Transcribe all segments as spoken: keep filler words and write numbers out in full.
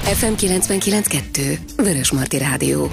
ef em kilencvenkilenc kettő. Vörösmarty Rádió.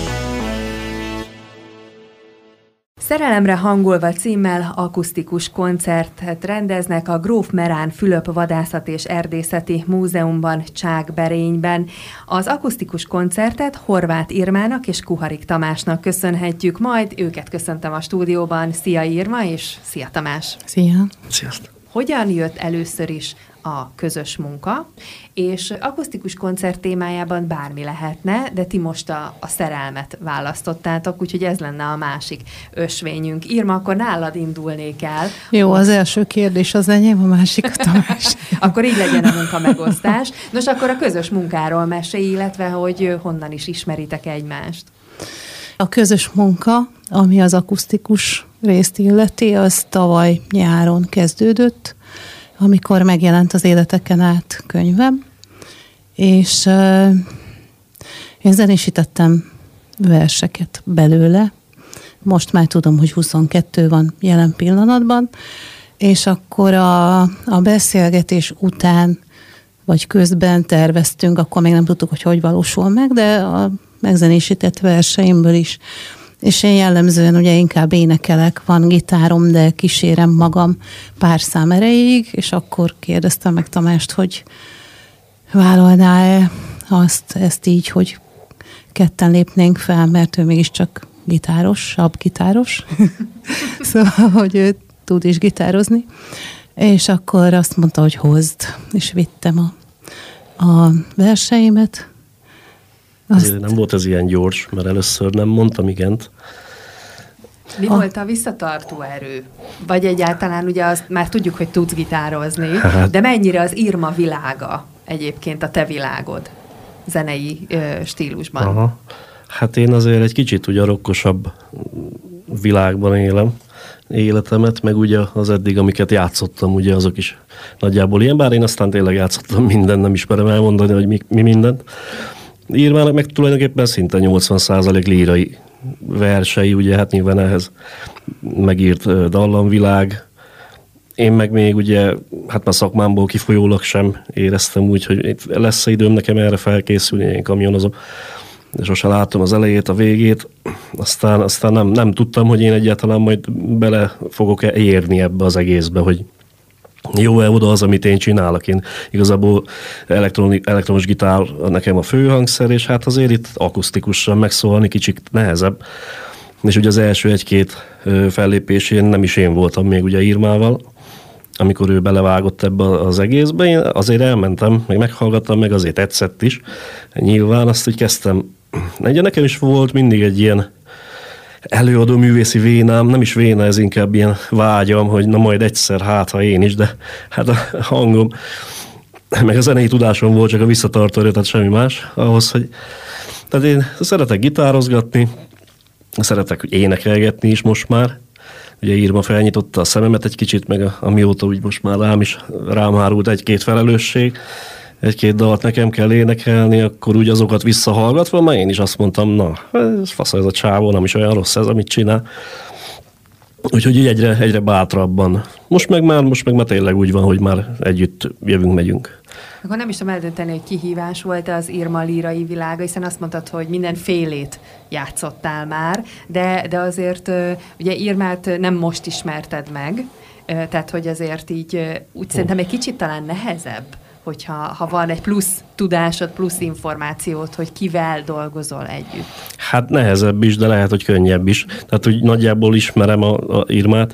Szerelemre hangolva címmel akusztikus koncertet rendeznek a Gróf Merán Fülöp Vadászat és Erdészeti Múzeumban, Csákberényben. Az akusztikus koncertet Horváth Irmának és Kuharik Tamásnak köszönhetjük majd. Őket köszöntöm a stúdióban. Szia Irma, és szia Tamás! Szia! Sziasztok! Hogyan jött először is a közös munka, és akusztikus koncert témájában bármi lehetne, de ti most a, a szerelmet választottátok, úgyhogy ez lenne a másik ösvényünk. Irma, akkor nálad indulnék el. Jó, az első kérdés az enyém, a másik a Tamás. Akkor így legyen a munka megosztás. Nos, akkor a közös munkáról mesélj, illetve hogy honnan is ismeritek egymást. A közös munka, ami az akusztikus részt illeti, az tavaly nyáron kezdődött, amikor megjelent az Életeken át könyvem, és uh, én zenésítettem verseket belőle. Most már tudom, hogy huszonkettő van jelen pillanatban, és akkor a, a beszélgetés után, vagy közben terveztünk, akkor még nem tudtuk, hogy hogy valósul meg, de a megzenésített verseimből is. És én jellemzően ugye inkább énekelek, van gitárom, de kísérem magam pár szám erejéig, és akkor kérdeztem meg Tamást, hogy vállalná-e azt, ezt így, hogy ketten lépnénk fel, mert ő mégiscsak gitáros, sabgitáros, szóval, hogy ő tud is gitározni. És akkor azt mondta, hogy hozd, és vittem a, a verseimet. Azt... Nem volt ez ilyen gyors, mert először nem mondtam igent. Mi a... volt a visszatartó erő? Vagy egyáltalán ugye azt már tudjuk, hogy tudsz gitározni, hát... de mennyire az Irma világa egyébként a te világod zenei ö, stílusban? Aha. Hát én azért egy kicsit ugye rokkosabb világban élem életemet, meg ugye az eddig, amiket játszottam, ugye azok is nagyjából ilyen, bár én aztán tényleg játszottam mindent, nem ismerem elmondani, hogy mi, mi mindent. Irmának meg tulajdonképpen szinte nyolcvan százalék lírai versei, ugye hát nyilván ehhez megírt dallamvilág. Én meg még ugye, hát már szakmámból kifolyólag sem éreztem úgy, hogy lesz időm nekem erre felkészülni, én kamionozom. És sose látom az elejét, a végét. Aztán, aztán nem, nem tudtam, hogy én egyáltalán majd bele fogok érni ebbe az egészbe, hogy jó-e oda az, amit én csinálok. Én igazából elektromos gitár nekem a főhangszer, és hát azért itt akusztikusan megszólalni kicsit nehezebb. És ugye az első egy-két fellépésén nem is én voltam még ugye Irmával, amikor ő belevágott ebbe az egészbe, én azért elmentem, meg meghallgattam, meg azért tetszett is. Nyilván azt úgy kezdtem. Ugye nekem is volt mindig egy ilyen előadó művészi vénám, nem is véna, ez inkább ilyen vágyam, hogy na majd egyszer, hát ha én is, de hát a hangom, meg a zenei tudásom volt, csak a visszatartó erő, tehát semmi más ahhoz, hogy tehát én szeretek gitározgatni, szeretek énekelgetni is most már. Ugye Irma felnyitotta a szememet egy kicsit, meg a, amióta úgy most már rám is rám hárult egy-két felelősség, egy-két dalt nekem kell énekelni, akkor úgy azokat visszahallgatva, már én is azt mondtam, na, ez fasz, ez a csávó, nem is olyan rossz ez, amit csinál. Úgyhogy így egyre, egyre bátrabban. Most meg már, most meg már tényleg úgy van, hogy már együtt jövünk, megyünk. Akkor nem is tudom eldönteni, hogy kihívás volt az Irma lírai világa, hiszen azt mondtad, hogy mindenfélét játszottál már, de, de azért ugye Irmát nem most ismerted meg, tehát hogy azért így úgy szerintem egy kicsit talán nehezebb, hogyha ha van egy plusz tudásod, plusz információt, hogy kivel dolgozol együtt. Hát nehezebb is, de lehet, hogy könnyebb is. Tehát, hogy nagyjából ismerem a, a Irmát,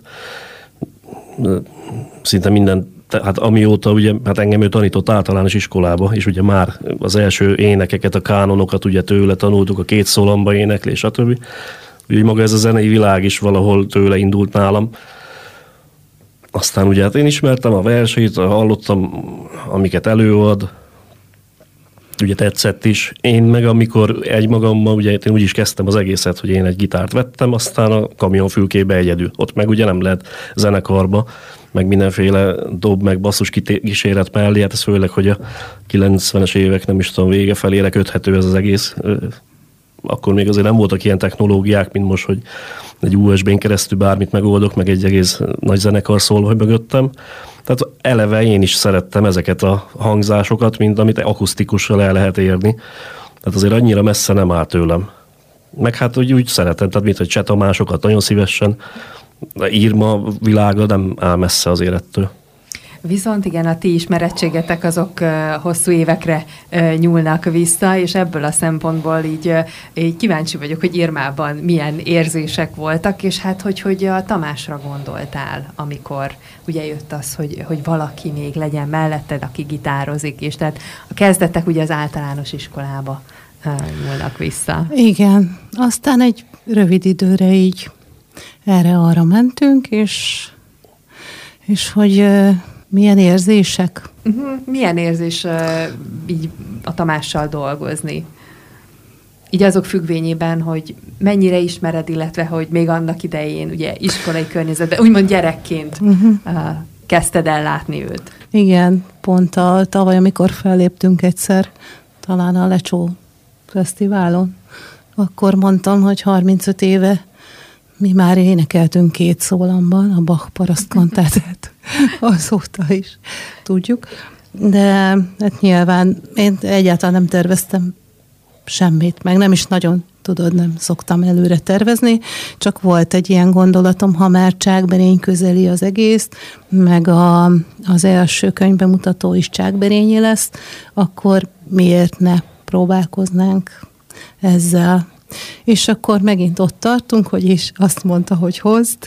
szinte minden, hát amióta ugye, hát engem ő tanított általános iskolába, és ugye már az első énekeket, a kánonokat ugye tőle tanultuk, a két szólamba éneklés, stb. Úgyhogy maga ez a zenei világ is valahol tőle indult nálam. Aztán ugye hát én ismertem a versét, hallottam, amiket előad, ugye tetszett is. Én meg amikor egymagammal, ugye én úgy is kezdtem az egészet, hogy én egy gitárt vettem, aztán a kamionfülkébe egyedül. Ott meg ugye nem lehet zenekarba, meg mindenféle dob, meg basszus kíséret mellé, hát ez főleg, hogy a kilencvenes évek, nem is tudom, vége felére köthető ez az egész. Akkor még azért nem voltak ilyen technológiák, mint most, hogy egy u es bén keresztül bármit megoldok, meg egy egész nagy zenekar szól, hogy mögöttem. Tehát eleve én is szerettem ezeket a hangzásokat, mint amit akusztikussal el lehet érni. Tehát azért annyira messze nem áll tőlem. Meg hát úgy, úgy szeretem, tehát mint hogy Cseh Tamásokat nagyon szívesen, de Irma világa nem áll messze azért ettől. Viszont igen, a ti ismerettségetek azok hosszú évekre nyúlnak vissza, és ebből a szempontból így, így kíváncsi vagyok, hogy Irmában milyen érzések voltak, és hát hogy, hogy a Tamásra gondoltál, amikor ugye jött az, hogy, hogy valaki még legyen melletted, aki gitározik, és tehát a kezdetek ugye az általános iskolába nyúlnak vissza. Igen, aztán egy rövid időre így erre-arra mentünk, és, és hogy milyen érzések? Uh-huh. Milyen érzés uh, így a Tamással dolgozni? Így azok függvényében, hogy mennyire ismered, illetve hogy még annak idején ugye iskolai környezetben, úgymond gyerekként uh-huh. uh, kezdted el látni őt. Igen, pont a tavaly, amikor felléptünk egyszer, talán a Lecsó fesztiválon, akkor mondtam, hogy harmincöt éve mi már énekeltünk két szólamban a Bach parasztkantátát, azóta is tudjuk. De hát nyilván én egyáltalán nem terveztem semmit, meg nem is nagyon, tudod, nem szoktam előre tervezni, csak volt egy ilyen gondolatom, ha már Csákberény közeli az egész, meg a, az első könyvbemutató is Csákberényi lesz, akkor miért ne próbálkoznánk ezzel. És akkor megint ott tartunk, hogy is azt mondta, hogy hozd.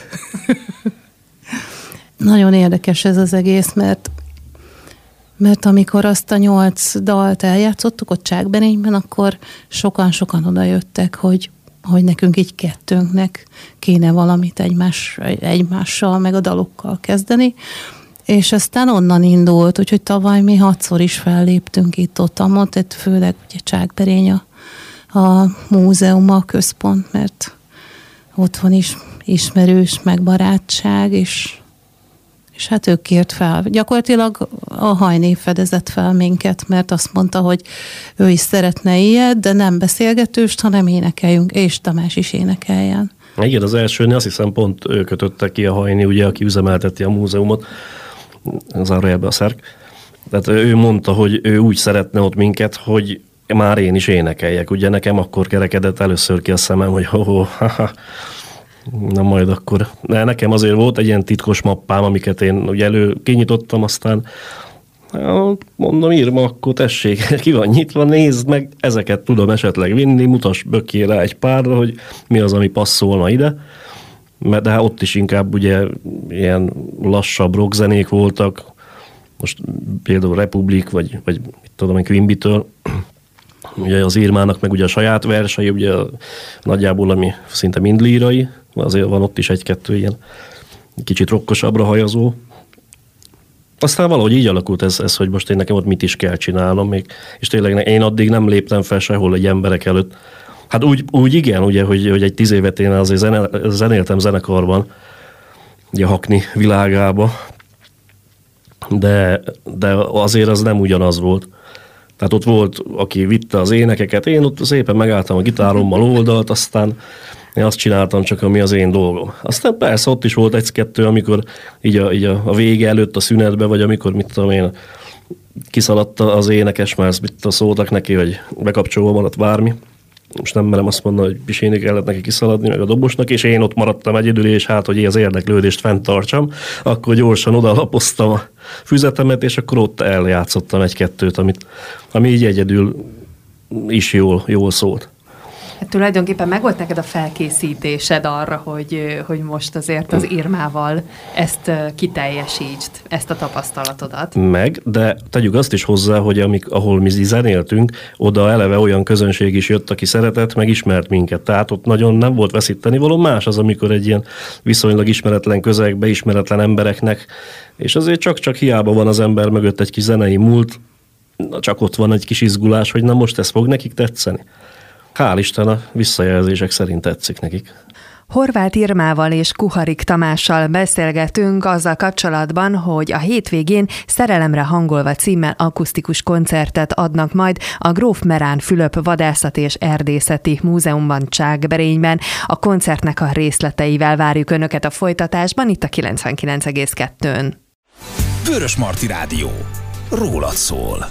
Nagyon érdekes ez az egész, mert, mert amikor azt a nyolc dalt eljátszottuk ott Csákberényben, akkor sokan-sokan oda jöttek, hogy, hogy nekünk így kettőnknek kéne valamit egymás, egymással, meg a dalokkal kezdeni. És aztán onnan indult, úgyhogy tavaly mi hatszor is felléptünk itt-ott, ott, főleg ugye Csákberény a a múzeum, a központ, mert ott van is ismerős, meg barátság, és, és hát ők kért fel. Gyakorlatilag a Hajné fedezett fel minket, mert azt mondta, hogy ő is szeretne ilyet, de nem beszélgetőst, hanem énekeljünk, és Tamás is énekeljen. Igen, az elsőnél azt hiszem pont ő kötötte ki a Hajné, ugye, aki üzemelteti a múzeumot, az arra ebbe a szerk. Tehát ő mondta, hogy ő úgy szeretne ott minket, hogy már én is énekeljek. Ugye nekem akkor kerekedett először ki a szemem, hogy ho, ho haha, na majd akkor. De nekem azért volt egy ilyen titkos mappám, amiket én ugye elő kinyitottam, aztán mondom, Irma, akkor tessék, ki van nyitva, nézd meg, ezeket tudom esetleg vinni, mutass bökjél rá egy párra, hogy mi az, ami passzolna ide. De hát ott is inkább ugye ilyen lassabb rockzenék voltak, most például Republic, vagy, vagy mit tudom én, Quimby-től, ugye az Irmának meg ugye a saját versei, ugye nagyjából ami szinte mind lírai, azért van ott is egy-kettő ilyen kicsit rokkosabbra hajazó. Aztán valahogy így alakult ez, ez, hogy most én nekem ott mit is kell csinálnom még, és tényleg én addig nem léptem fel sehol egy emberek előtt. Hát úgy, úgy igen, ugye, hogy, hogy egy tíz évet én azért zenel, zenéltem zenekarban, ugye Hakni világába, de, de azért az nem ugyanaz volt. Tehát ott volt, aki vitte az énekeket, én ott szépen megálltam a gitárommal oldalt, aztán én azt csináltam csak, ami az én dolgom. Aztán persze ott is volt egy-kettő, amikor így a, így a vége előtt a szünetbe, vagy amikor, mit tudom én, kiszaladt az énekes, már ezt mit szóltak neki, vagy bekapcsolva maradt bármi. Most nem merem azt mondani, hogy piséni kellett neki kiszaladni, meg a dobosnak, és én ott maradtam egyedül, és hát, hogy én az érdeklődést fenntartsam, akkor gyorsan odalapoztam a füzetemet, és akkor ott eljátszottam egy-kettőt, amit, ami így egyedül is jól, jól szólt. Hát tulajdonképpen meg volt neked a felkészítésed arra, hogy, hogy most azért az Irmával ezt kiteljesítsd, ezt a tapasztalatodat. Meg, de tegyük azt is hozzá, hogy amik, ahol mi zenéltünk, oda eleve olyan közönség is jött, aki szeretett, meg ismert minket. Tehát ott nagyon nem volt veszíteni való. Más az, amikor egy ilyen viszonylag ismeretlen közegbe, ismeretlen embereknek, és azért csak-csak hiába van az ember mögött egy kis zenei múlt, csak ott van egy kis izgulás, hogy na most ez fog nekik tetszeni. Hál' Isten, a visszajelzések szerint tetszik nekik. Horváth Irmával és Kuharik Tamással beszélgetünk azzal kapcsolatban, hogy a hétvégén Szerelemre hangolva címmel akusztikus koncertet adnak majd a Gróf Merán Fülöp Vadászati és Erdészeti Múzeumban Csákberényben. A koncertnek a részleteivel várjuk Önöket a folytatásban, itt a kilencvenkilenc egész kettőn. Vörösmarty Rádió. Rólad szól.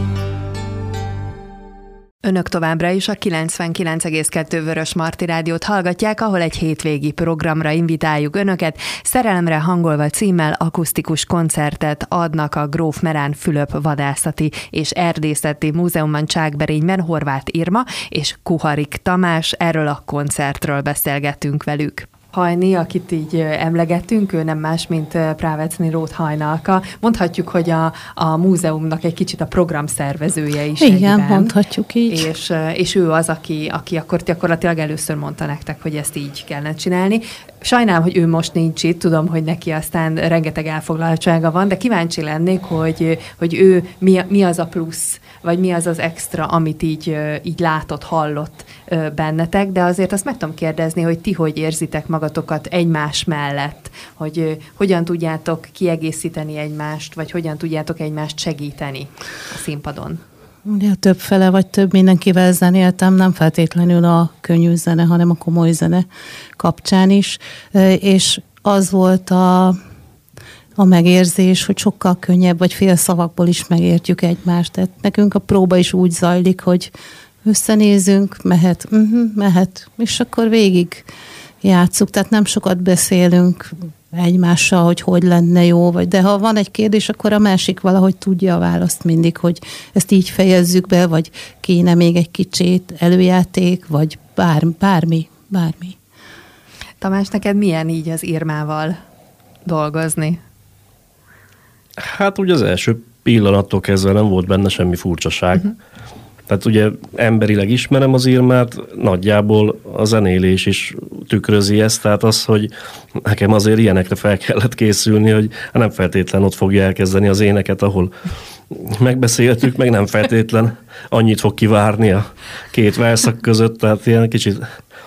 Önök továbbra is a kilencvenkilenc egész kettő Vörösmarty Rádiót hallgatják, ahol egy hétvégi programra invitáljuk Önöket. Szerelemre hangolva címmel akusztikus koncertet adnak a Gróf Merán Fülöp Vadászati és Erdészeti Múzeumban Csákberényben Horváth Irma és Kuharik Tamás. Erről a koncertről beszélgetünk velük. Hajni, akit így emlegettünk, ő nem más, mint Právecni Rót Hajnalka. Mondhatjuk, hogy a, a múzeumnak egy kicsit a programszervezője is. Igen, egyben. Mondhatjuk így. És, és ő az, aki, aki akkor gyakorlatilag először mondta nektek, hogy ezt így kellene csinálni. Sajnálom, hogy ő most nincs itt, tudom, hogy neki aztán rengeteg elfoglaltsága van, de kíváncsi lennék, hogy, hogy ő mi, mi az a plusz, vagy mi az az extra, amit így, így látott, hallott bennetek, de azért azt meg tudom kérdezni, hogy ti hogy érzitek magatokat egymás mellett, hogy hogyan tudjátok kiegészíteni egymást, vagy hogyan tudjátok egymást segíteni a színpadon. Ugye több fele, vagy több mindenkivel zenéltem, nem feltétlenül a könnyű zene, hanem a komoly zene kapcsán is, és az volt a, a megérzés, hogy sokkal könnyebb, vagy fél szavakból is megértjük egymást. Tehát nekünk a próba is úgy zajlik, hogy összenézünk, mehet, uh-huh, mehet, és akkor végig játsszuk, tehát nem sokat beszélünk egymással, hogy hogy lenne jó, vagy de ha van egy kérdés, akkor a másik valahogy tudja a választ mindig, hogy ezt így fejezzük be, vagy kéne még egy kicsit előjáték, vagy bár, bármi, bármi. Tamás, neked milyen így az Irmával dolgozni? Hát ugye az első pillanattól kezdve nem volt benne semmi furcsaság. Uh-huh. Tehát ugye emberileg ismerem az Irmát, nagyjából a zenélés is tükrözi ezt, tehát az, hogy nekem azért ilyenekre fel kellett készülni, hogy nem feltétlen ott fogja elkezdeni az éneket, ahol megbeszéltük, meg nem feltétlen annyit fog kivárni a két verszak között, tehát ilyen kicsit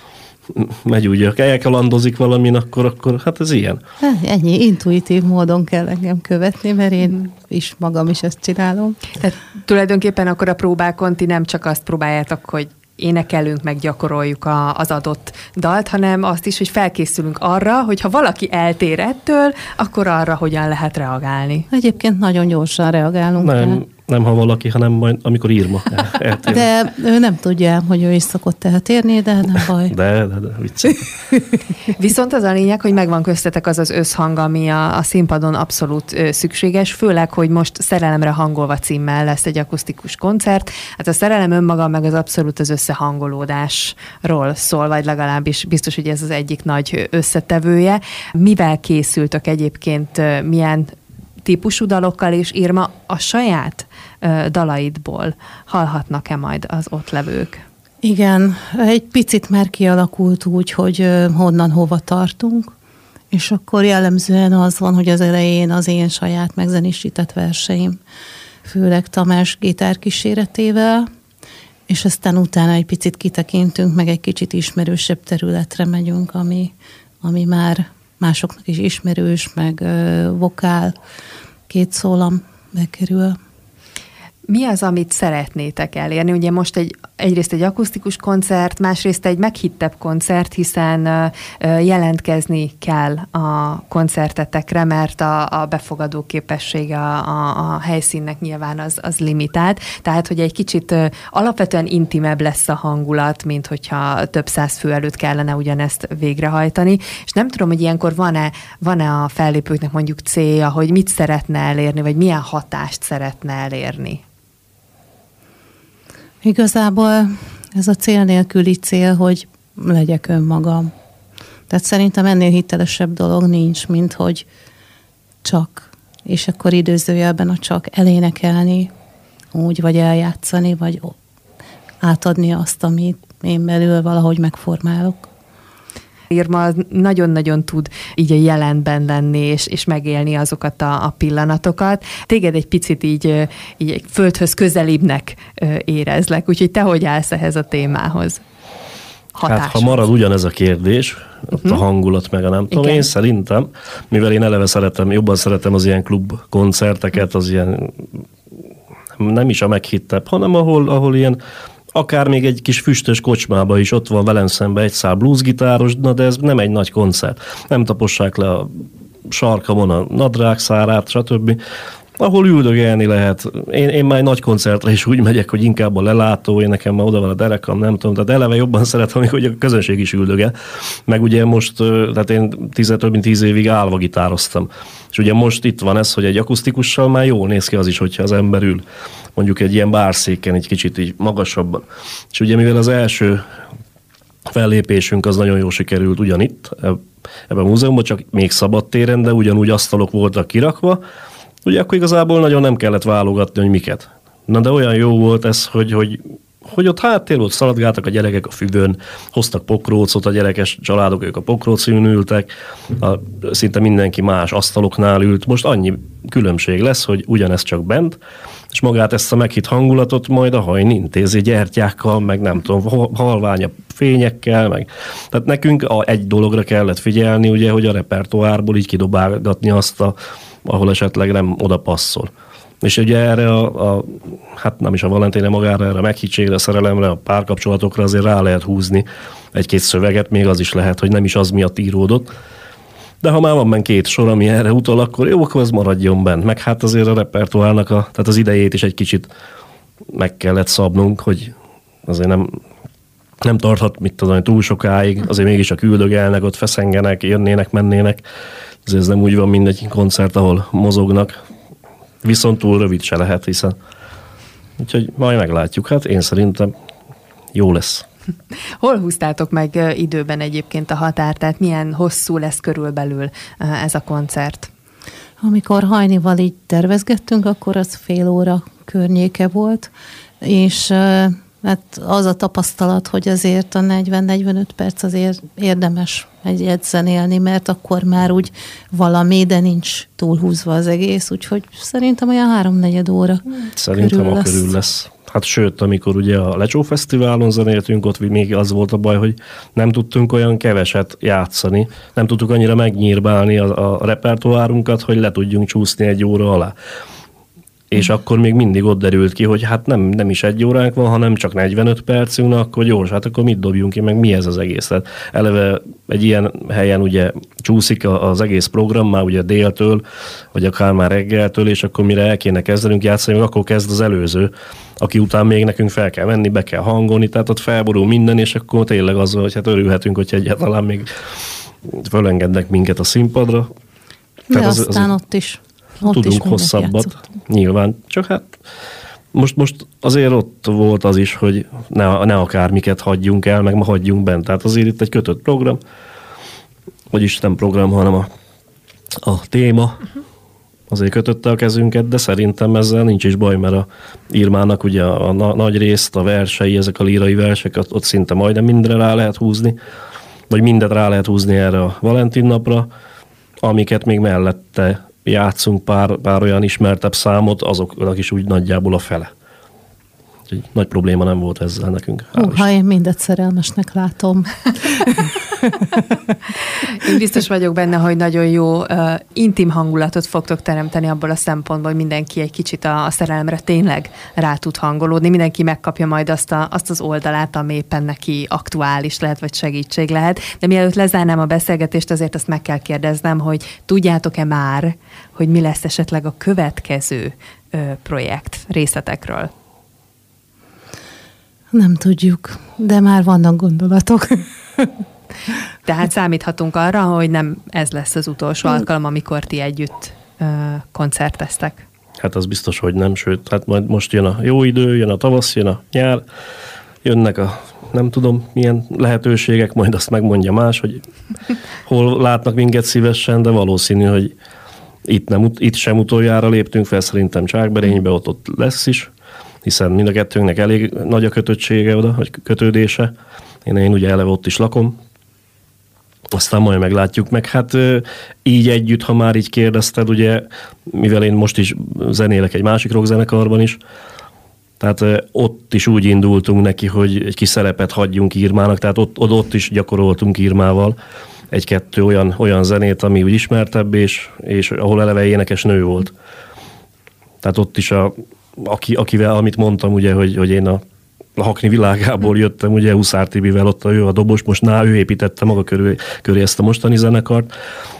megy úgy, ha elkalandozik valamin, akkor, akkor hát ez ilyen. Ennyi, intuitív módon kell engem követni, mert én is magam is ezt csinálom. Tehát tulajdonképpen akkor a próbákon ti nem csak azt próbáljátok, hogy énekelünk, meg gyakoroljuk a, az adott dalt, hanem azt is, hogy felkészülünk arra, hogy ha valaki eltér ettől, akkor arra hogyan lehet reagálni. Egyébként nagyon gyorsan reagálunk. Nem, el. nem ha valaki, hanem majd amikor Irma eltér. De ő nem tudja, hogy ő is szokott eltérni, de nem baj. De, de, de, vicces. Viszont az a lényeg, hogy megvan köztetek az az összhang, ami a, a színpadon abszolút ö, szükséges, főleg, hogy most Szerelemre hangolva címmel lesz egy akusztikus koncert. Hát a szerelem önmaga meg az abszolút az összehangolódásról szól, vagy legalábbis biztos, hogy ez az egyik nagy összetevője. Mivel készültök egyébként, milyen típusú dalokkal, és Irma, a saját ö, dalaidból hallhatnak-e majd az ott levők? Igen, egy picit már kialakult úgy, hogy ö, honnan hova tartunk, és akkor jellemzően az van, hogy az elején az én saját megzenésített verseim, főleg Tamás gitárkíséretével, és aztán utána egy picit kitekintünk, meg egy kicsit ismerősebb területre megyünk, ami, ami már másoknak is ismerős, meg ö, vokál, két szólam bekerül. Mi az, amit szeretnétek elérni? Ugye most egy, egyrészt egy akusztikus koncert, másrészt egy meghittebb koncert, hiszen uh, jelentkezni kell a koncertetekre, mert a, a befogadó képessége a, a, a helyszínnek nyilván az, az limitált. Tehát, hogy egy kicsit uh, alapvetően intimebb lesz a hangulat, mint hogyha több száz fő előtt kellene ugyanezt végrehajtani. És nem tudom, hogy ilyenkor van-e, van-e a fellépőknek mondjuk célja, hogy mit szeretne elérni, vagy milyen hatást szeretne elérni? Igazából ez a cél nélküli cél, hogy legyek önmagam. Tehát szerintem ennél hitelesebb dolog nincs, mint hogy csak, és akkor időzőjelben a csak elénekelni, úgy, vagy eljátszani, vagy átadni azt, amit én belül valahogy megformálok. Irma nagyon-nagyon tud így a jelenben lenni, és, és megélni azokat a, a pillanatokat. Téged egy picit így, így egy földhöz közelibbnek érezlek, úgyhogy te hogy állsz ehhez a témához? Hatáshoz. Hát, ha marad ugyanez a kérdés, uh-huh. a hangulat meg a nem tudom, én szerintem, mivel én eleve szeretem, jobban szeretem az ilyen klub koncerteket, az ilyen nem is a meghittebb, hanem ahol, ahol ilyen akár még egy kis füstös kocsmába is ott van velem szemben egy szál bluesgitáros, na de ez nem egy nagy koncert. Nem tapossák le a sarkamon a nadrágszárát, stb., ahol üldögelni lehet. Én, én már nagy koncertre is úgy megyek, hogy inkább a lelátó, én nekem már oda van a derekam, nem tudom, tehát eleve jobban szeretem, amikor a közönség is üldögel. Meg ugye most, tehát én tíz, több mint tíz évig állva gitároztam. És ugye most itt van ez, hogy egy akusztikussal már jól néz ki az is, hogyha az ember ül mondjuk egy ilyen bárszéken, egy kicsit így magasabban. És ugye mivel az első fellépésünk az nagyon jól sikerült ugyanitt, ebben a múzeumban, csak még szabadtéren, de ugyanúgy asztalok voltak kirakva, ugye akkor igazából nagyon nem kellett válogatni, hogy miket. Na de olyan jó volt ez, hogy, hogy, hogy ott háttér volt, szaladgáltak a gyerekek a füvön, hoztak pokrócot, a gyerekes családok, ők a pokrócon ültek, a, szinte mindenki más asztaloknál ült. Most annyi különbség lesz, hogy ugyanez csak bent, és magát ezt a meghitt hangulatot majd a hajn intézi gyertyákkal, meg nem tudom, halványabb fényekkel, meg. Tehát nekünk a, egy dologra kellett figyelni, ugye, hogy a repertoárból így kidobálgatni azt, a, ahol esetleg nem oda passzol. És ugye erre a, a hát nem is a Valentina magára, erre a meghittségre, a szerelemre, a párkapcsolatokra azért rá lehet húzni egy-két szöveget, még az is lehet, hogy nem is az miatt íródott. De ha már van benne két sor, ami erre utal, akkor jó, akkor az maradjon bent. Meg hát azért a repertoárnak, a, tehát az idejét is egy kicsit meg kellett szabnunk, hogy azért nem, nem tarthat, mit tudom, túl sokáig, azért mégis a küldögelnek, ott feszengenek, jönnének, mennének. Azért ez nem úgy van mindegy koncert, ahol mozognak. Viszont túl rövid se lehet, hiszen. Úgyhogy majd meglátjuk. Hát én szerintem jó lesz. Hol húztátok meg időben egyébként a határt? Tehát milyen hosszú lesz körülbelül ez a koncert? Amikor Hajnival így tervezgettünk, akkor az fél óra környéke volt, és hát az a tapasztalat, hogy azért a negyven-negyvenöt perc azért érdemes egyet zenélni, mert akkor már úgy valami, de nincs túlhúzva az egész, úgyhogy szerintem olyan háromnegyed óra Szerintem körül a lesz. körül lesz. Hát sőt, amikor ugye a Lecsó Fesztiválon zenéltünk, ott még az volt a baj, hogy nem tudtunk olyan keveset játszani, nem tudtuk annyira megnyírbálni a, a repertoárunkat, hogy le tudjunk csúszni egy óra alá. És mm. akkor még mindig ott derült ki, hogy hát nem, nem is egy óránk van, hanem csak negyvenöt percünk, na akkor jó, hát akkor mit dobjunk ki, meg mi ez az egész? Tehát eleve egy ilyen helyen ugye csúszik az egész program, már ugye déltől, vagy akár már reggeltől, és akkor mire el kéne kezdenünk játszani, meg akkor kezd az előző, aki után még nekünk fel kell menni, be kell hangolni, tehát ott felborul minden, és akkor tényleg az, hogy hát örülhetünk, hogy egyáltalán még fölengednek minket a színpadra. De tehát az, aztán az, ott is Ott tudunk hosszabbat, játszottunk. Nyilván. Csak hát most, most azért ott volt az is, hogy ne, ne akármiket hagyjunk el, meg ma hagyjunk bent. Tehát azért itt egy kötött program, vagyis nem program, hanem a, a téma. Uh-huh. Azért kötötte a kezünket, de szerintem ezzel nincs is baj, mert a Irmának ugye a, a, a nagy részt, a versei, ezek a lírai versek, ott szinte majdnem mindre rá lehet húzni, vagy mindet rá lehet húzni erre a Valentin napra, amiket még mellette játszunk pár, pár olyan ismertebb számot, azoknak is úgy nagyjából a fele. Úgyhogy nagy probléma nem volt ezzel nekünk. Hú, ha én mindet szerelmesnek látom. Én biztos vagyok benne, hogy nagyon jó uh, intim hangulatot fogtok teremteni abból a szempontból, hogy mindenki egy kicsit a, a szerelemre tényleg rá tud hangolódni, mindenki megkapja majd azt, a, azt az oldalát, ami éppen neki aktuális lehet, vagy segítség lehet. De mielőtt lezárnám a beszélgetést, azért azt meg kell kérdeznem, hogy tudjátok-e már, hogy mi lesz esetleg a következő uh, projekt részletekről? Nem tudjuk, de már vannak gondolatok. Tehát számíthatunk arra, hogy nem ez lesz az utolsó alkalom, amikor ti együtt ö, koncerteztek. Hát az biztos, hogy nem, sőt, hát majd most jön a jó idő, jön a tavasz, jön a nyár, jönnek a nem tudom milyen lehetőségek, majd azt megmondja más, hogy hol látnak minket szívesen, de valószínű, hogy itt, nem, itt sem utoljára léptünk fel, szerintem Csákberénybe, ott, ott lesz is, hiszen mind a kettőnknek elég nagy a kötöttsége oda, vagy kötődése. Én, én ugye eleve ott is lakom. Aztán majd meglátjuk meg. Hát így együtt, ha már így kérdezted, ugye, mivel én most is zenélek egy másik rockzenekarban is, tehát ott is úgy indultunk neki, hogy egy kis szerepet hagyjunk Irmának, tehát ott, ott is gyakoroltunk Irmával egy-kettő olyan, olyan zenét, ami úgy ismertebb, és, és ahol eleve énekes nő volt. Tehát ott is a Aki, akivel, amit mondtam, ugye, hogy, hogy én a, a Hakni világából jöttem, ugye Huszár Tibivel, ott a, ő a dobos, most ná, ő építette maga körül, köré ezt a mostani zenekart,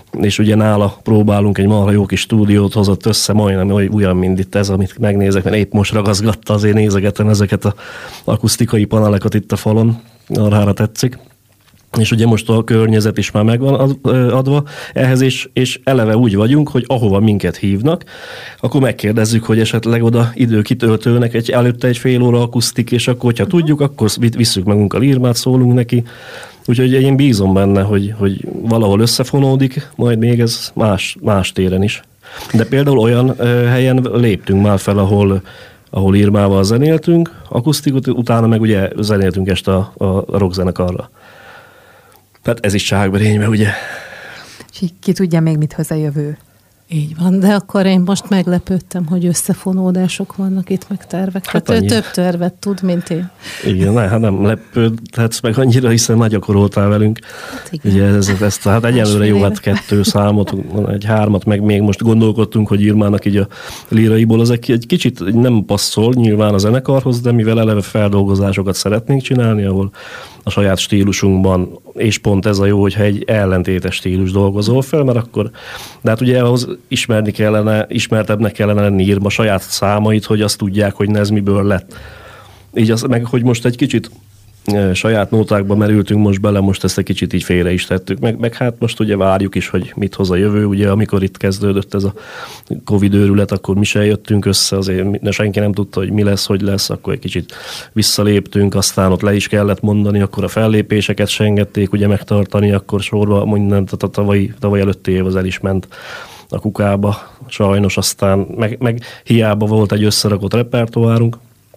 és ugye nála próbálunk egy marha jó kis stúdiót, hozott össze, majdnem olyan, mint itt ez, amit megnézek, mert épp most ragaszgatta, azért nézegetem ezeket az akusztikai paneleket itt a falon, arra tetszik. És ugye most a környezet is már megvan adva ehhez, és, és eleve úgy vagyunk, hogy ahova minket hívnak, akkor megkérdezzük, hogy esetleg oda időkitöltőnek egy, előtte egy fél óra akusztik, és akkor, hogyha tudjuk, akkor visszük magunk a Lirmát, szólunk neki. Úgyhogy én bízom benne, hogy, hogy valahol összefonódik, majd még ez más, más téren is. De például olyan helyen léptünk már fel, ahol ahol Irmával zenéltünk, akusztikot, utána meg ugye zenéltünk este a, a rockzenekarra. Tehát ez is Csákberényben, ugye? És ki tudja még, mit hoz a jövő. Így van, de akkor én most meglepődtem, hogy összefonódások vannak itt, meg tervek. Hát, hát ő több tervet tud, mint én. Igen, ne, hát nem lepődhetsz meg annyira, hiszen már gyakoroltál velünk. Hát igen. Ugye ez, ezt, hát egyelőre jó, hát kettő számot, egy hármat, meg még most gondolkodtunk, hogy Irmának így a líraiból az egy, egy kicsit nem passzol nyilván a zenekarhoz, de mivel eleve feldolgozásokat szeretnénk csinálni, ahol a saját stílusunkban, és pont ez a jó, hogyha egy ellentétes stílus dolgozol fel, mert akkor, de hát ugye ahhoz ismerni kellene, ismertebbnek kellene lenni Irma saját számait, hogy azt tudják, hogy ez miből lett. Így az, meg hogy most egy kicsit e, saját nótákba merültünk most bele, most ezt egy kicsit így félre is tettük, meg, meg hát most ugye várjuk is, hogy mit hoz a jövő, ugye amikor itt kezdődött ez a Covid őrület, akkor mi se jöttünk össze, azért senki nem tudta, hogy mi lesz, hogy lesz, akkor egy kicsit visszaléptünk, aztán ott le is kellett mondani, akkor a fellépéseket se engedték ugye megtartani, akkor sorba mindent, a tavaly, tavaly előtti év az el is ment a kukába, sajnos aztán, meg, meg hiába volt egy összerakott repertoárunk,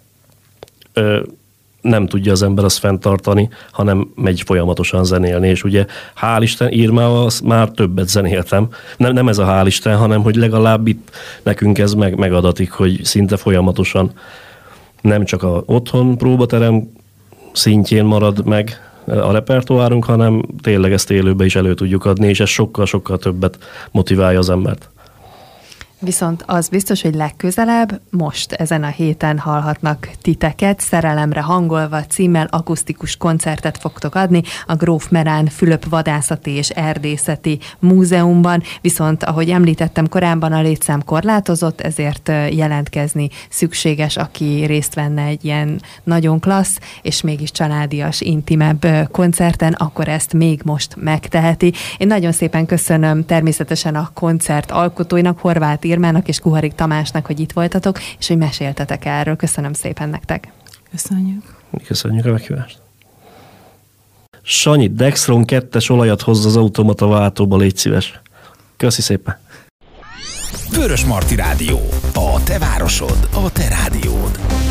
ö, nem tudja az ember azt fenntartani, hanem megy folyamatosan zenélni, és ugye hál' Isten Irmával már többet zenéltem. Nem, nem ez a hál' Isten, hanem hogy legalább itt nekünk ez meg, megadatik, hogy szinte folyamatosan nem csak a otthon próbaterem szintjén marad meg a repertoárunk, hanem tényleg ezt élőbe is elő tudjuk adni, és ez sokkal-sokkal többet motiválja az embert. Viszont az biztos, hogy legközelebb, most ezen a héten hallhatnak titeket, Szerelemre hangolva címmel akusztikus koncertet fogtok adni a Gróf Merán Fülöp Vadászati és Erdészeti Múzeumban, viszont ahogy említettem korábban, a létszám korlátozott, ezért jelentkezni szükséges, aki részt venne egy ilyen nagyon klassz, és mégis családias, intimebb koncerten, akkor ezt még most megteheti. Én nagyon szépen köszönöm természetesen a koncert alkotóinak, Horváth Irmának és Kuharik Tamásnak, hogy itt voltatok, és hogy meséltetek erről. Köszönöm szépen nektek. Köszönjük. Köszönjük a meghívást. Sanyi, Dextron kettes olajat hozz az automata váltóba, légy szíves. Köszi szépen. Vörösmarty Rádió. A te városod, a te rádiód.